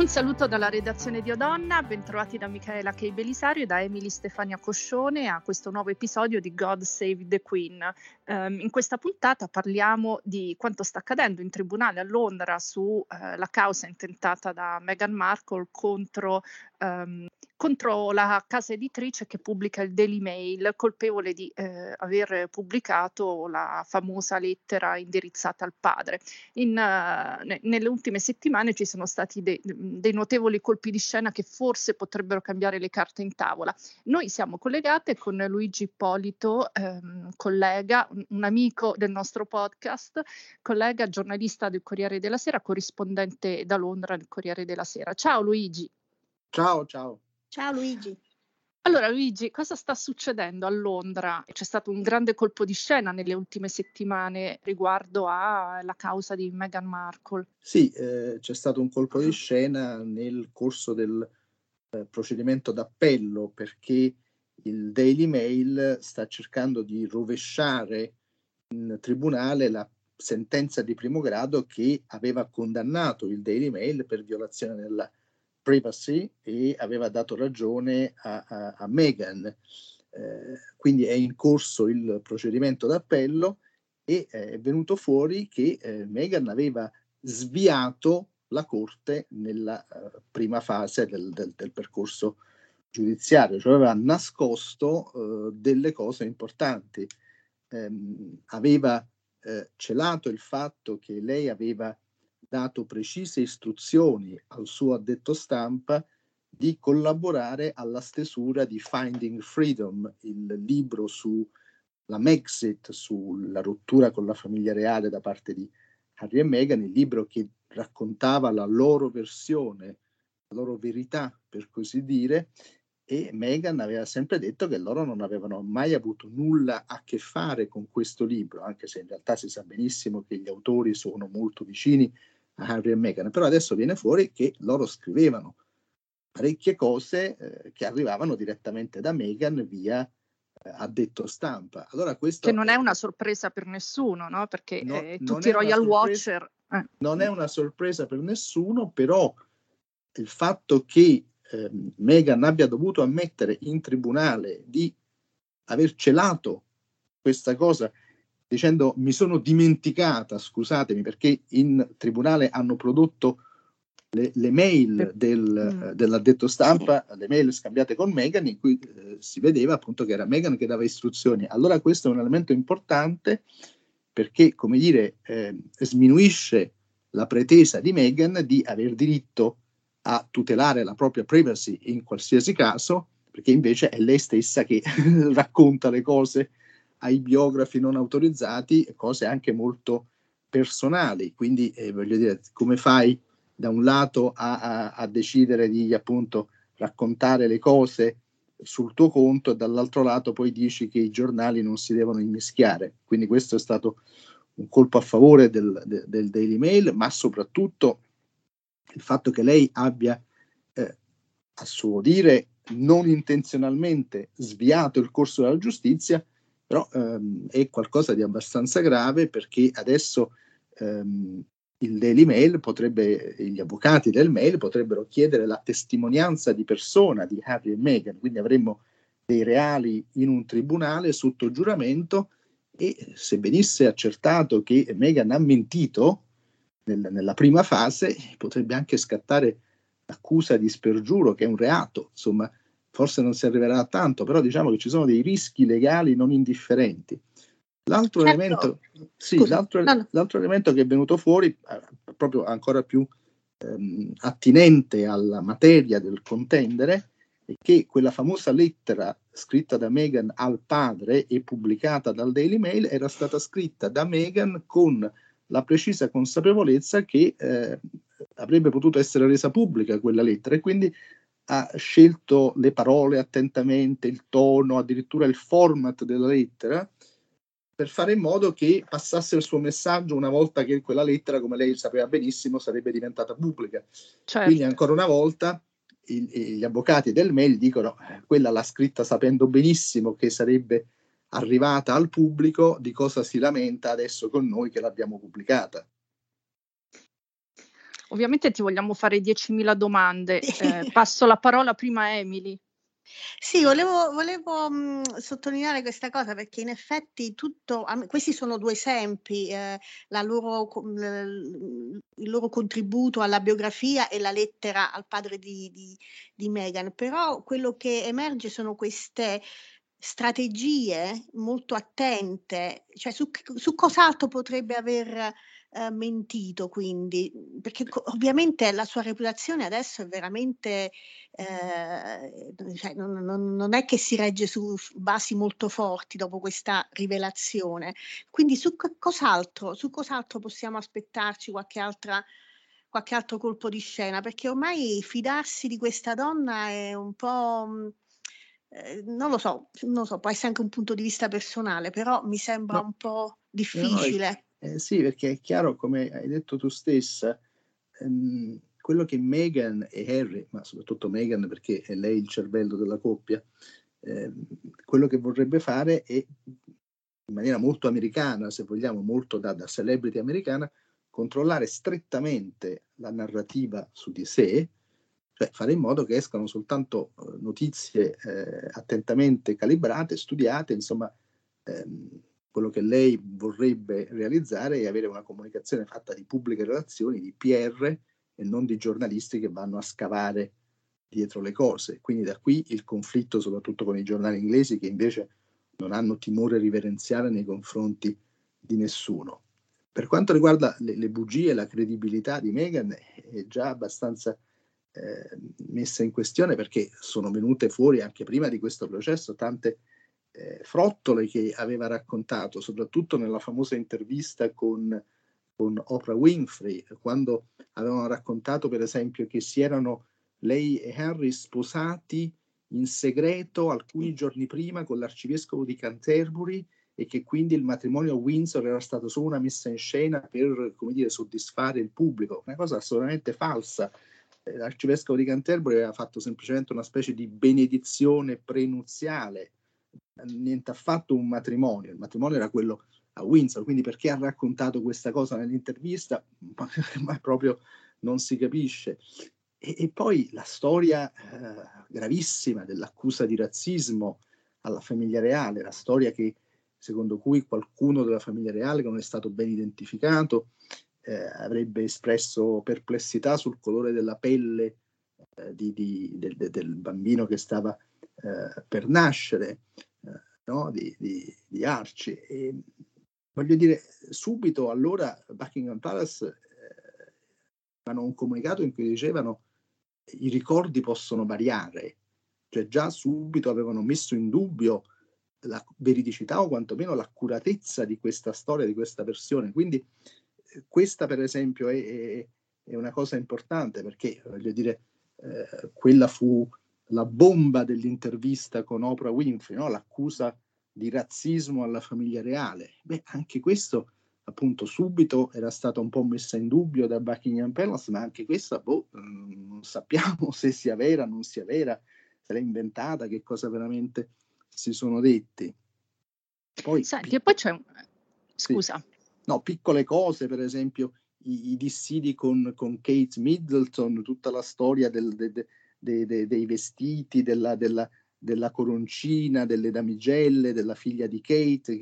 saluto dalla redazione di Odonna, bentrovati da Michaela Kei Belisario e da Emily Stefania Coscione a questo nuovo episodio di God Save the Queen. In questa puntata parliamo di quanto sta accadendo in tribunale a Londra su la causa intentata da Meghan Markle contro la casa editrice che pubblica il Daily Mail, colpevole di aver pubblicato la famosa lettera indirizzata al padre. Nelle ultime settimane ci sono stati dei notevoli colpi di scena che forse potrebbero cambiare le carte in tavola. Noi siamo collegate con Luigi Ippolito, collega, un amico del nostro podcast, collega, giornalista del Corriere della Sera, corrispondente da Londra del Corriere della Sera. Ciao Luigi. Ciao. Ciao Luigi. Allora Luigi, cosa sta succedendo a Londra? C'è stato un grande colpo di scena nelle ultime settimane riguardo alla causa di Meghan Markle. Sì, c'è stato un colpo di scena nel corso del procedimento d'appello, perché il Daily Mail sta cercando di rovesciare in tribunale la sentenza di primo grado che aveva condannato il Daily Mail per violazione della privacy e aveva dato ragione a Meghan. Quindi è in corso il procedimento d'appello e è venuto fuori che Meghan aveva sviato la Corte nella prima fase del percorso giudiziario, cioè aveva nascosto delle cose importanti. Aveva celato il fatto che lei aveva dato precise istruzioni al suo addetto stampa di collaborare alla stesura di Finding Freedom, il libro sulla Megxit, sulla rottura con la famiglia reale da parte di Harry e Meghan, il libro che raccontava la loro versione, la loro verità, per così dire, e Meghan aveva sempre detto che loro non avevano mai avuto nulla a che fare con questo libro, anche se in realtà si sa benissimo che gli autori sono molto vicini a Harry e Meghan, però adesso viene fuori che loro scrivevano parecchie cose che arrivavano direttamente da Meghan via addetto stampa. Allora questo che non è una sorpresa per nessuno, no? Perché tutti i Royal Watcher... Non è una sorpresa per nessuno, però il fatto che Meghan abbia dovuto ammettere in tribunale di aver celato questa cosa dicendo mi sono dimenticata, scusatemi, perché in tribunale hanno prodotto le mail dell'addetto stampa, le mail scambiate con Meghan, in cui si vedeva appunto che era Meghan che dava istruzioni. Allora questo è un elemento importante perché, come dire, sminuisce la pretesa di Meghan di aver diritto a tutelare la propria privacy in qualsiasi caso, perché invece è lei stessa che racconta le cose ai biografi non autorizzati, cose anche molto personali. Quindi voglio dire, come fai da un lato a decidere di appunto raccontare le cose sul tuo conto e dall'altro lato poi dici che i giornali non si devono immischiare. Quindi questo è stato un colpo a favore del Daily Mail, ma soprattutto il fatto che lei abbia a suo dire non intenzionalmente sviato il corso della giustizia, però è qualcosa di abbastanza grave, perché adesso il Daily Mail gli avvocati del Mail potrebbero chiedere la testimonianza di persona di Harry e Meghan, quindi avremmo dei reali in un tribunale sotto giuramento e se venisse accertato che Meghan ha mentito nella prima fase potrebbe anche scattare l'accusa di spergiuro, che è un reato, insomma forse non si arriverà a tanto, però diciamo che ci sono dei rischi legali non indifferenti. L'altro elemento che è venuto fuori, proprio ancora più attinente alla materia del contendere, è che quella famosa lettera scritta da Meghan al padre e pubblicata dal Daily Mail era stata scritta da Meghan con la precisa consapevolezza che avrebbe potuto essere resa pubblica quella lettera, e quindi ha scelto le parole attentamente, il tono, addirittura il format della lettera, per fare in modo che passasse il suo messaggio una volta che quella lettera, come lei sapeva benissimo, sarebbe diventata pubblica. Certo. Quindi ancora una volta gli avvocati del Mail dicono quella l'ha scritta sapendo benissimo che sarebbe arrivata al pubblico, di cosa si lamenta adesso con noi che l'abbiamo pubblicata. Ovviamente ti vogliamo fare 10.000 domande. Passo la parola prima a Emily. Sì, volevo, sottolineare questa cosa perché in effetti questi sono 2 esempi, la loro il loro contributo alla biografia e la lettera al padre di Meghan, però quello che emerge sono queste strategie molto attente, cioè su cos'altro potrebbe aver, mentito quindi, perché ovviamente la sua reputazione adesso è veramente, cioè non è che si regge su basi molto forti dopo questa rivelazione. Quindi su cos'altro possiamo aspettarci qualche altro colpo di scena? Perché ormai fidarsi di questa donna è un po', non lo so, può essere anche un punto di vista personale, però mi sembra No, un po' no, difficile. sì, perché è chiaro, come hai detto tu stessa, quello che Meghan e Harry, ma soprattutto Meghan perché è lei il cervello della coppia, quello che vorrebbe fare è, in maniera molto americana, se vogliamo, molto da celebrity americana, controllare strettamente la narrativa su di sé, cioè fare in modo che escano soltanto notizie attentamente calibrate, studiate, insomma, quello che lei vorrebbe realizzare è avere una comunicazione fatta di pubbliche relazioni, di PR e non di giornalisti che vanno a scavare dietro le cose. Quindi da qui il conflitto soprattutto con i giornali inglesi che invece non hanno timore riverenziale nei confronti di nessuno. Per quanto riguarda le bugie, la credibilità di Meghan è già abbastanza messa in questione perché sono venute fuori anche prima di questo processo tante frottole che aveva raccontato, soprattutto nella famosa intervista con Oprah Winfrey, quando avevano raccontato per esempio che si erano lei e Harry sposati in segreto alcuni giorni prima con l'arcivescovo di Canterbury e che quindi il matrimonio a Windsor era stato solo una messa in scena per, come dire, soddisfare il pubblico, una cosa assolutamente falsa. L'arcivescovo di Canterbury aveva fatto semplicemente una specie di benedizione prenuziale, niente affatto un matrimonio. Il matrimonio era quello a Windsor, quindi perché ha raccontato questa cosa nell'intervista, ma proprio non si capisce. E poi la storia gravissima dell'accusa di razzismo alla famiglia reale, la storia secondo cui qualcuno della famiglia reale che non è stato ben identificato avrebbe espresso perplessità sul colore della pelle del bambino che stava per nascere, no? di Archie. E, voglio dire, subito allora Buckingham Palace hanno un comunicato in cui dicevano i ricordi possono variare, cioè già subito avevano messo in dubbio la veridicità o quantomeno l'accuratezza di questa storia, di questa versione. Quindi questa per esempio è una cosa importante perché, voglio dire, quella fu la bomba dell'intervista con Oprah Winfrey, no? L'accusa di razzismo alla famiglia reale. Beh, anche questo appunto subito era stata un po' messa in dubbio da Buckingham Palace, ma anche questa non sappiamo se sia vera, non sia vera, se l'è inventata, che cosa veramente si sono detti. Poi, Senti, e poi c'è scusa. Sì. No, piccole cose, per esempio i dissidi con Kate Middleton, tutta la storia dei vestiti, della coroncina, delle damigelle, della figlia di Kate,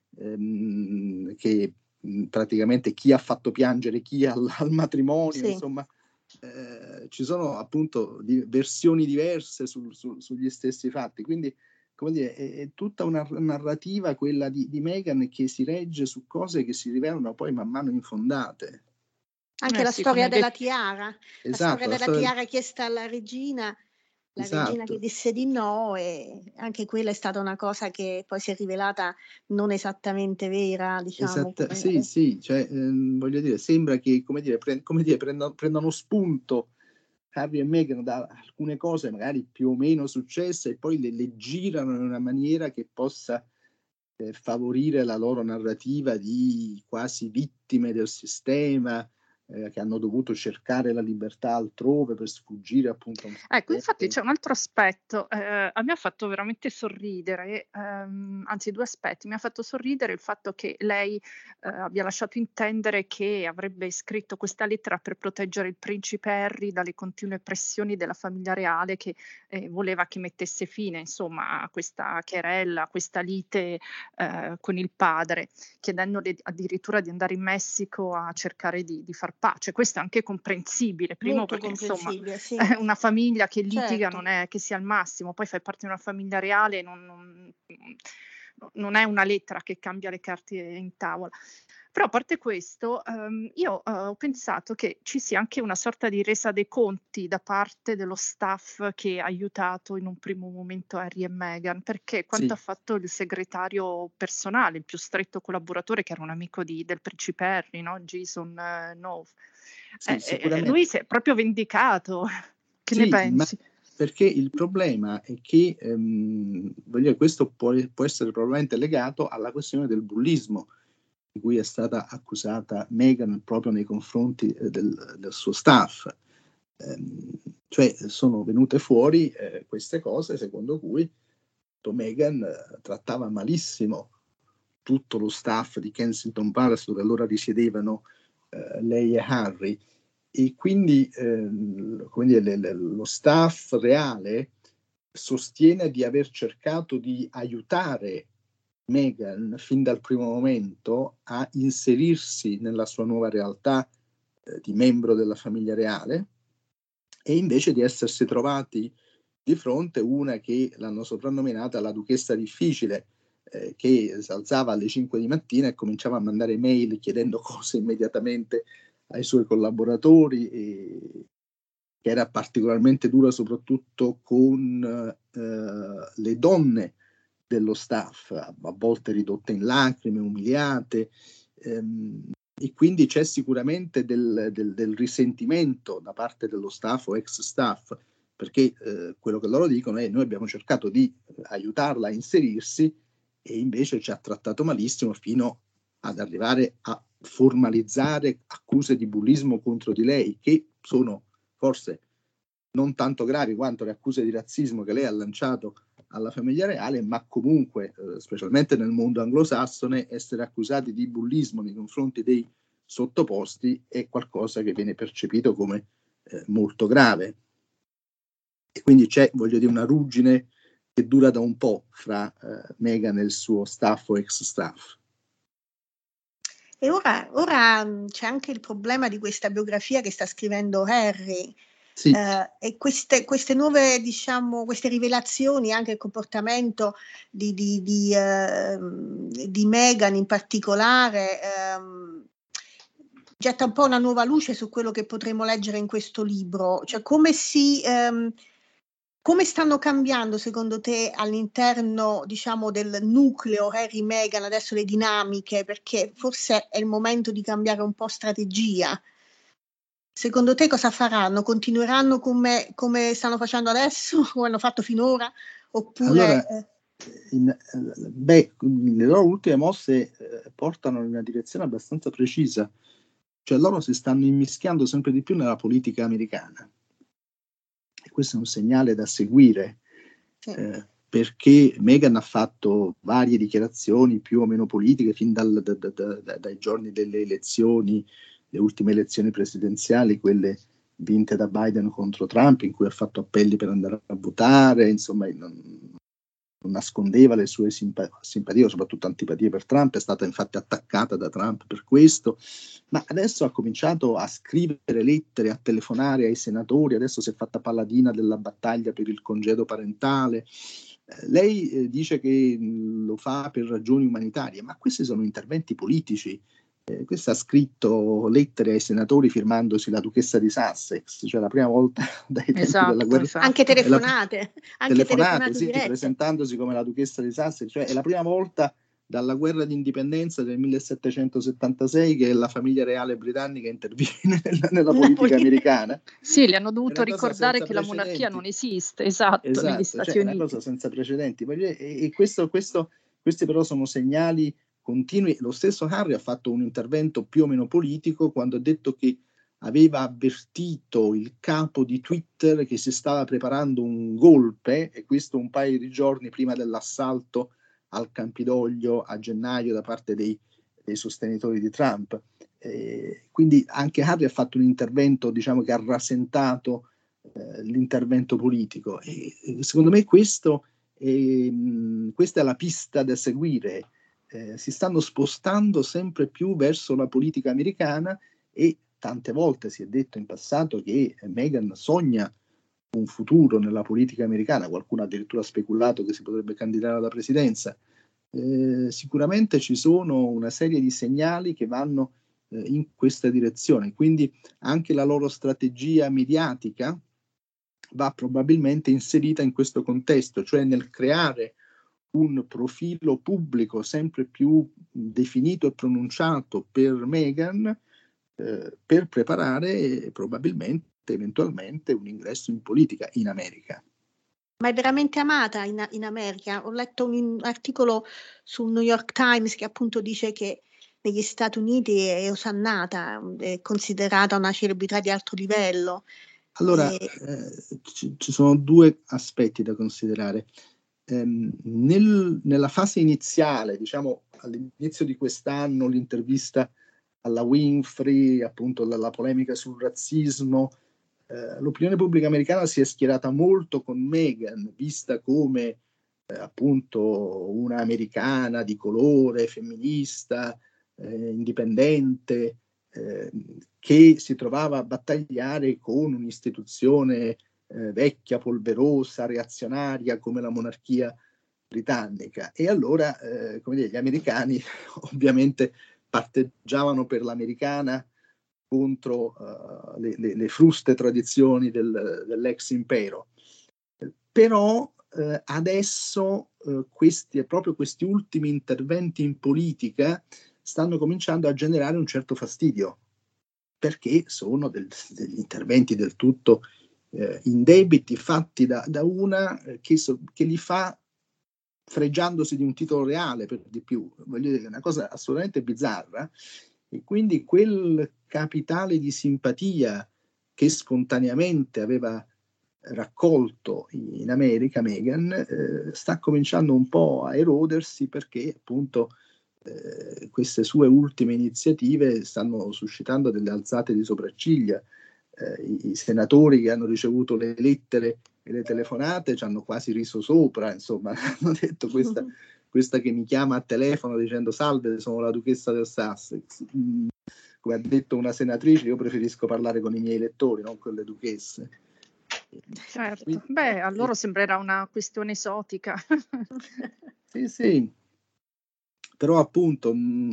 che praticamente chi ha fatto piangere chi al matrimonio, Sì. insomma, ci sono appunto versioni diverse sugli stessi fatti, quindi come dire, è tutta una narrativa quella di Meghan che si regge su cose che si rivelano poi man mano infondate. Anche la Sì, storia come della tiara, la Esatto, storia della tiara chiesta alla regina, la regina che esatto, disse di no, e anche quella è stata una cosa che poi si è rivelata non esattamente vera, diciamo. sì, sì, cioè, voglio dire, sembra che, come dire, prendano spunto Harry e Meghan da alcune cose magari più o meno successe e poi le girano in una maniera che possa favorire la loro narrativa di quasi vittime del sistema, che hanno dovuto cercare la libertà altrove per sfuggire appunto a un Ecco, infatti successo. c'è un altro aspetto, a me ha fatto veramente sorridere, anzi 2 aspetti. Mi ha fatto sorridere il fatto che lei, abbia lasciato intendere che avrebbe scritto questa lettera per proteggere il principe Harry dalle continue pressioni della famiglia reale che, voleva che mettesse fine insomma a questa querela, a questa lite, con il padre, chiedendole addirittura di andare in Messico a cercare di far pace. Questo è anche comprensibile, primo Molto perché insomma comprensibile, sì, una famiglia che litiga certo. non è che sia il massimo, poi fai parte di una famiglia reale, non è una lettera che cambia le carte in tavola. Però a parte questo, io, ho pensato che ci sia anche una sorta di resa dei conti da parte dello staff che ha aiutato in un primo momento Harry e Meghan, perché quanto ha Sì, fatto il segretario personale, il più stretto collaboratore che era un amico del principe Harry, no, Jason Knowles. sì, Lui sicuramente. si è proprio vendicato. Che ne Sì, ma pensi? perché il problema è che voglio dire, questo può essere probabilmente legato alla questione del bullismo di cui è stata accusata Meghan proprio nei confronti del suo staff. Cioè sono venute fuori queste cose secondo cui Meghan trattava malissimo tutto lo staff di Kensington Palace dove allora risiedevano lei e Harry, e quindi lo staff reale sostiene di aver cercato di aiutare Meghan fin dal primo momento a inserirsi nella sua nuova realtà di membro della famiglia reale, e invece di essersi trovati di fronte una che l'hanno soprannominata la duchessa difficile, che si alzava alle 5 di mattina e cominciava a mandare mail chiedendo cose immediatamente ai suoi collaboratori, e che era particolarmente dura soprattutto con le donne dello staff, a volte ridotte in lacrime, umiliate, e quindi c'è sicuramente del risentimento da parte dello staff o ex staff, perché quello che loro dicono è: noi abbiamo cercato di aiutarla a inserirsi e invece ci ha trattato malissimo, fino ad arrivare a formalizzare accuse di bullismo contro di lei, che sono forse non tanto gravi quanto le accuse di razzismo che lei ha lanciato alla famiglia reale, ma comunque, specialmente nel mondo anglosassone, essere accusati di bullismo nei confronti dei sottoposti è qualcosa che viene percepito come molto grave. E quindi c'è, voglio dire, una ruggine che dura da un po' fra Meghan e il suo staff o ex staff. E ora c'è anche il problema di questa biografia che sta scrivendo Harry. Sì, E queste nuove, diciamo, queste rivelazioni, anche il comportamento di Meghan in particolare, getta un po' una nuova luce su quello che potremo leggere in questo libro. Cioè come stanno cambiando secondo te all'interno, diciamo, del nucleo Harry Meghan adesso le dinamiche, perché forse è il momento di cambiare un po' strategia. Secondo te cosa faranno? Continueranno come stanno facendo adesso, come hanno fatto finora? allora, Oppure le loro ultime mosse portano in una direzione abbastanza precisa, cioè loro si stanno immischiando sempre di più nella politica americana, e questo è un segnale da seguire, sì. perché Meghan ha fatto varie dichiarazioni più o meno politiche fin dai giorni delle elezioni, le ultime elezioni presidenziali, quelle vinte da Biden contro Trump, in cui ha fatto appelli per andare a votare, insomma non nascondeva le sue simpatie o soprattutto antipatie per Trump, è stata infatti attaccata da Trump per questo, ma adesso ha cominciato a scrivere lettere, a telefonare ai senatori, adesso si è fatta paladina della battaglia per il congedo parentale. Lei dice che lo fa per ragioni umanitarie, ma questi sono interventi politici. Questa ha scritto lettere ai senatori firmandosi la duchessa di Sussex, cioè la prima volta dai tempi della Esatto, guerra. Anche esatto. telefonate, Telefonate, sì, dirette. presentandosi come la duchessa di Sussex, cioè è la prima volta dalla guerra d'indipendenza del 1776 che la famiglia reale britannica interviene nella politica americana. Sì, le hanno È dovuto una cosa ricordare senza che la monarchia non precedenti. esiste, esatto, negli Esatto, cioè Stati è una Uniti. cosa senza precedenti. E questi però sono segnali continui. Lo stesso Harry ha fatto un intervento più o meno politico quando ha detto che aveva avvertito il capo di Twitter che si stava preparando un golpe, e questo un paio di giorni prima dell'assalto al Campidoglio a gennaio da parte dei sostenitori di Trump. Quindi anche Harry ha fatto un intervento, diciamo, che ha rasentato l'intervento politico, e secondo me questa è la pista da seguire. Si stanno spostando sempre più verso la politica americana, e tante volte si è detto in passato che Meghan sogna un futuro nella politica americana, qualcuno ha addirittura speculato che si potrebbe candidare alla presidenza. Sicuramente ci sono una serie di segnali che vanno in questa direzione, quindi anche la loro strategia mediatica va probabilmente inserita in questo contesto, cioè nel creare un profilo pubblico sempre più definito e pronunciato per Meghan, per preparare probabilmente, eventualmente, un ingresso in politica in America. Ma è veramente amata in America? Ho letto un articolo sul New York Times che appunto dice che negli Stati Uniti è osannata, è considerata una celebrità di alto livello. Allora, ci sono due aspetti da considerare. Nella fase iniziale, diciamo all'inizio di quest'anno, l'intervista alla Winfrey, appunto la polemica sul razzismo, l'opinione pubblica americana si è schierata molto con Meghan, vista come appunto una americana di colore, femminista, indipendente, che si trovava a battagliare con un'istituzione vecchia, polverosa, reazionaria come la monarchia britannica. E allora, come dire, gli americani ovviamente parteggiavano per l'americana contro le fruste tradizioni dell'ex impero. Però adesso proprio questi ultimi interventi in politica stanno cominciando a generare un certo fastidio, perché sono degli interventi del tutto indebiti, fatti da una che li fa fregiandosi di un titolo reale, per di più. Voglio dire, è una cosa assolutamente bizzarra, e quindi quel capitale di simpatia che spontaneamente aveva raccolto in America Meghan sta cominciando un po' a erodersi, perché appunto queste sue ultime iniziative stanno suscitando delle alzate di sopracciglia. I senatori che hanno ricevuto le lettere e le telefonate ci hanno quasi riso sopra, insomma, hanno detto questa che mi chiama a telefono dicendo salve, sono la duchessa del Sussex. Come ha detto una senatrice, io preferisco parlare con i miei elettori, non con le duchesse. Certo, beh, a loro sembrerà una questione esotica. Sì, però appunto,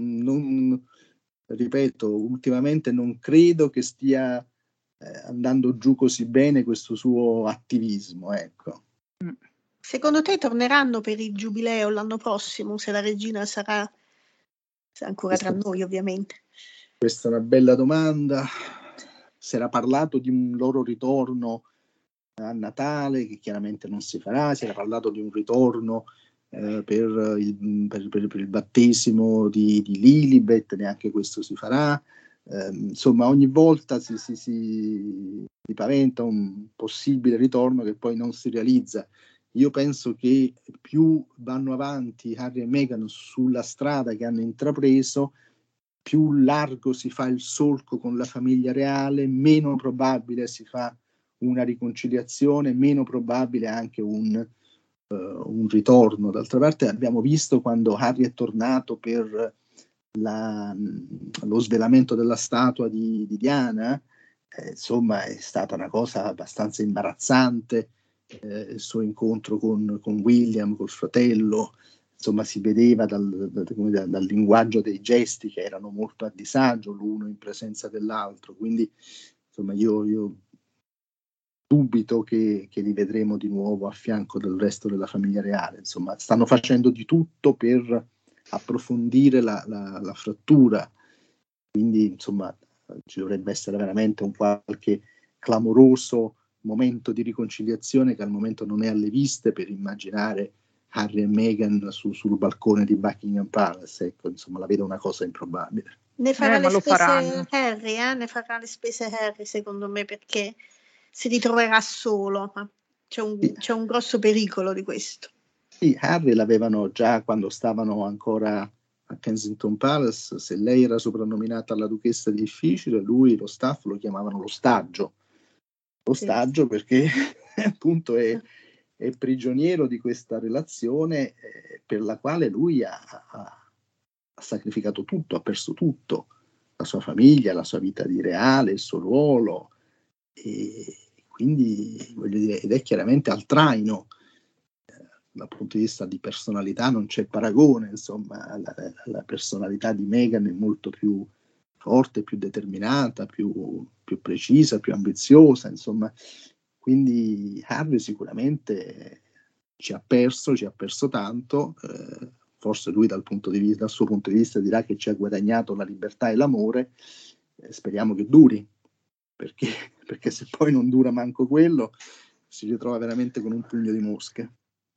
ripeto, ultimamente non credo che stia andando giù così bene questo suo attivismo, ecco. Secondo te torneranno per il giubileo l'anno prossimo, se la regina sarà ancora tra noi, ovviamente? Questa è una bella domanda. Si era parlato di un loro ritorno a Natale, che chiaramente non si farà. Si era parlato di un ritorno per il battesimo di Lilibet, neanche questo si farà. Insomma, ogni volta si paventa un possibile ritorno che poi non si realizza. Io penso che più vanno avanti Harry e Meghan sulla strada che hanno intrapreso, più largo si fa il solco con la famiglia reale, meno probabile si fa una riconciliazione, meno probabile anche un ritorno. D'altra parte abbiamo visto quando Harry è tornato per lo svelamento della statua di Diana, insomma è stata una cosa abbastanza imbarazzante, il suo incontro con William, col fratello. Insomma, si vedeva dal linguaggio dei gesti che erano molto a disagio l'uno in presenza dell'altro, quindi insomma io dubito che li vedremo di nuovo a fianco del resto della famiglia reale. Insomma, stanno facendo di tutto per approfondire la frattura, quindi insomma ci dovrebbe essere veramente un qualche clamoroso momento di riconciliazione che al momento non è alle viste, per immaginare Harry e Meghan sul balcone di Buckingham Palace, ecco, insomma, la vedo una cosa improbabile. Ne farà ma le lo spese faranno. Harry, ne farà le spese Harry, secondo me, perché si ritroverà solo. Ma c'è un grosso pericolo di questo. Sì, Harry l'avevano già quando stavano ancora a Kensington Palace, se lei era soprannominata la duchessa difficile, lui, lo staff, lo chiamavano l'ostaggio. L'ostaggio perché appunto è prigioniero di questa relazione per la quale lui ha sacrificato tutto, ha perso tutto, la sua famiglia, la sua vita di reale, il suo ruolo, e quindi voglio dire, ed è chiaramente al traino. Dal punto di vista di personalità non c'è paragone, insomma, la personalità di Meghan è molto più forte, più determinata, più precisa, più ambiziosa, insomma, quindi Harry sicuramente ci ha perso tanto, forse lui dal suo punto di vista dirà che ci ha guadagnato la libertà e l'amore, speriamo che duri, perché se poi non dura manco quello si ritrova veramente con un pugno di mosche.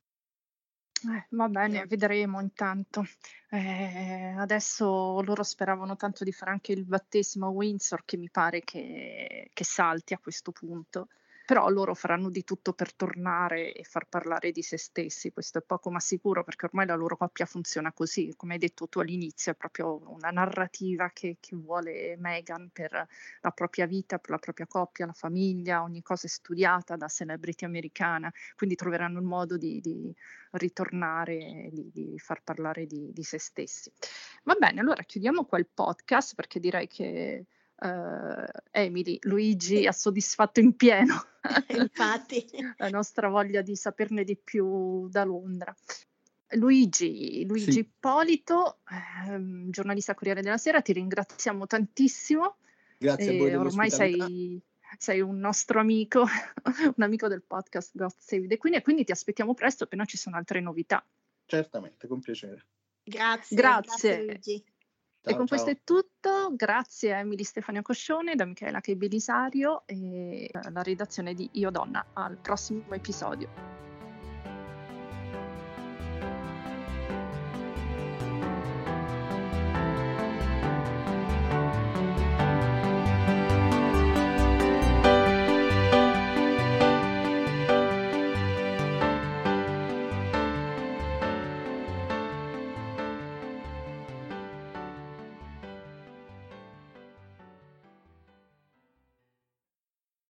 Va bene, vedremo intanto. Adesso loro speravano tanto di fare anche il battesimo a Windsor, che mi pare che salti a questo punto. Però loro faranno di tutto per tornare e far parlare di se stessi, questo è poco ma sicuro, perché ormai la loro coppia funziona così. Come hai detto tu all'inizio, è proprio una narrativa che vuole Meghan per la propria vita, per la propria coppia, la famiglia, ogni cosa è studiata da celebrity americana, quindi troveranno il modo di ritornare, di far parlare di se stessi. Va bene, allora chiudiamo qua il podcast, perché direi che Emily, Luigi ha soddisfatto in pieno Infatti. la nostra voglia di saperne di più da Londra. Luigi Sì. Ippolito, giornalista Corriere della Sera, ti ringraziamo tantissimo. Grazie a voi Ormai dell'ospitalità. sei un nostro amico, un amico del podcast God Save the Queen, e quindi ti aspettiamo presto appena ci sono altre novità. Certamente, con piacere. Grazie Luigi. E con questo è tutto, grazie a Emily Stefania Coscione, da Michaela Che Belisario e la redazione di Io Donna. Al prossimo episodio.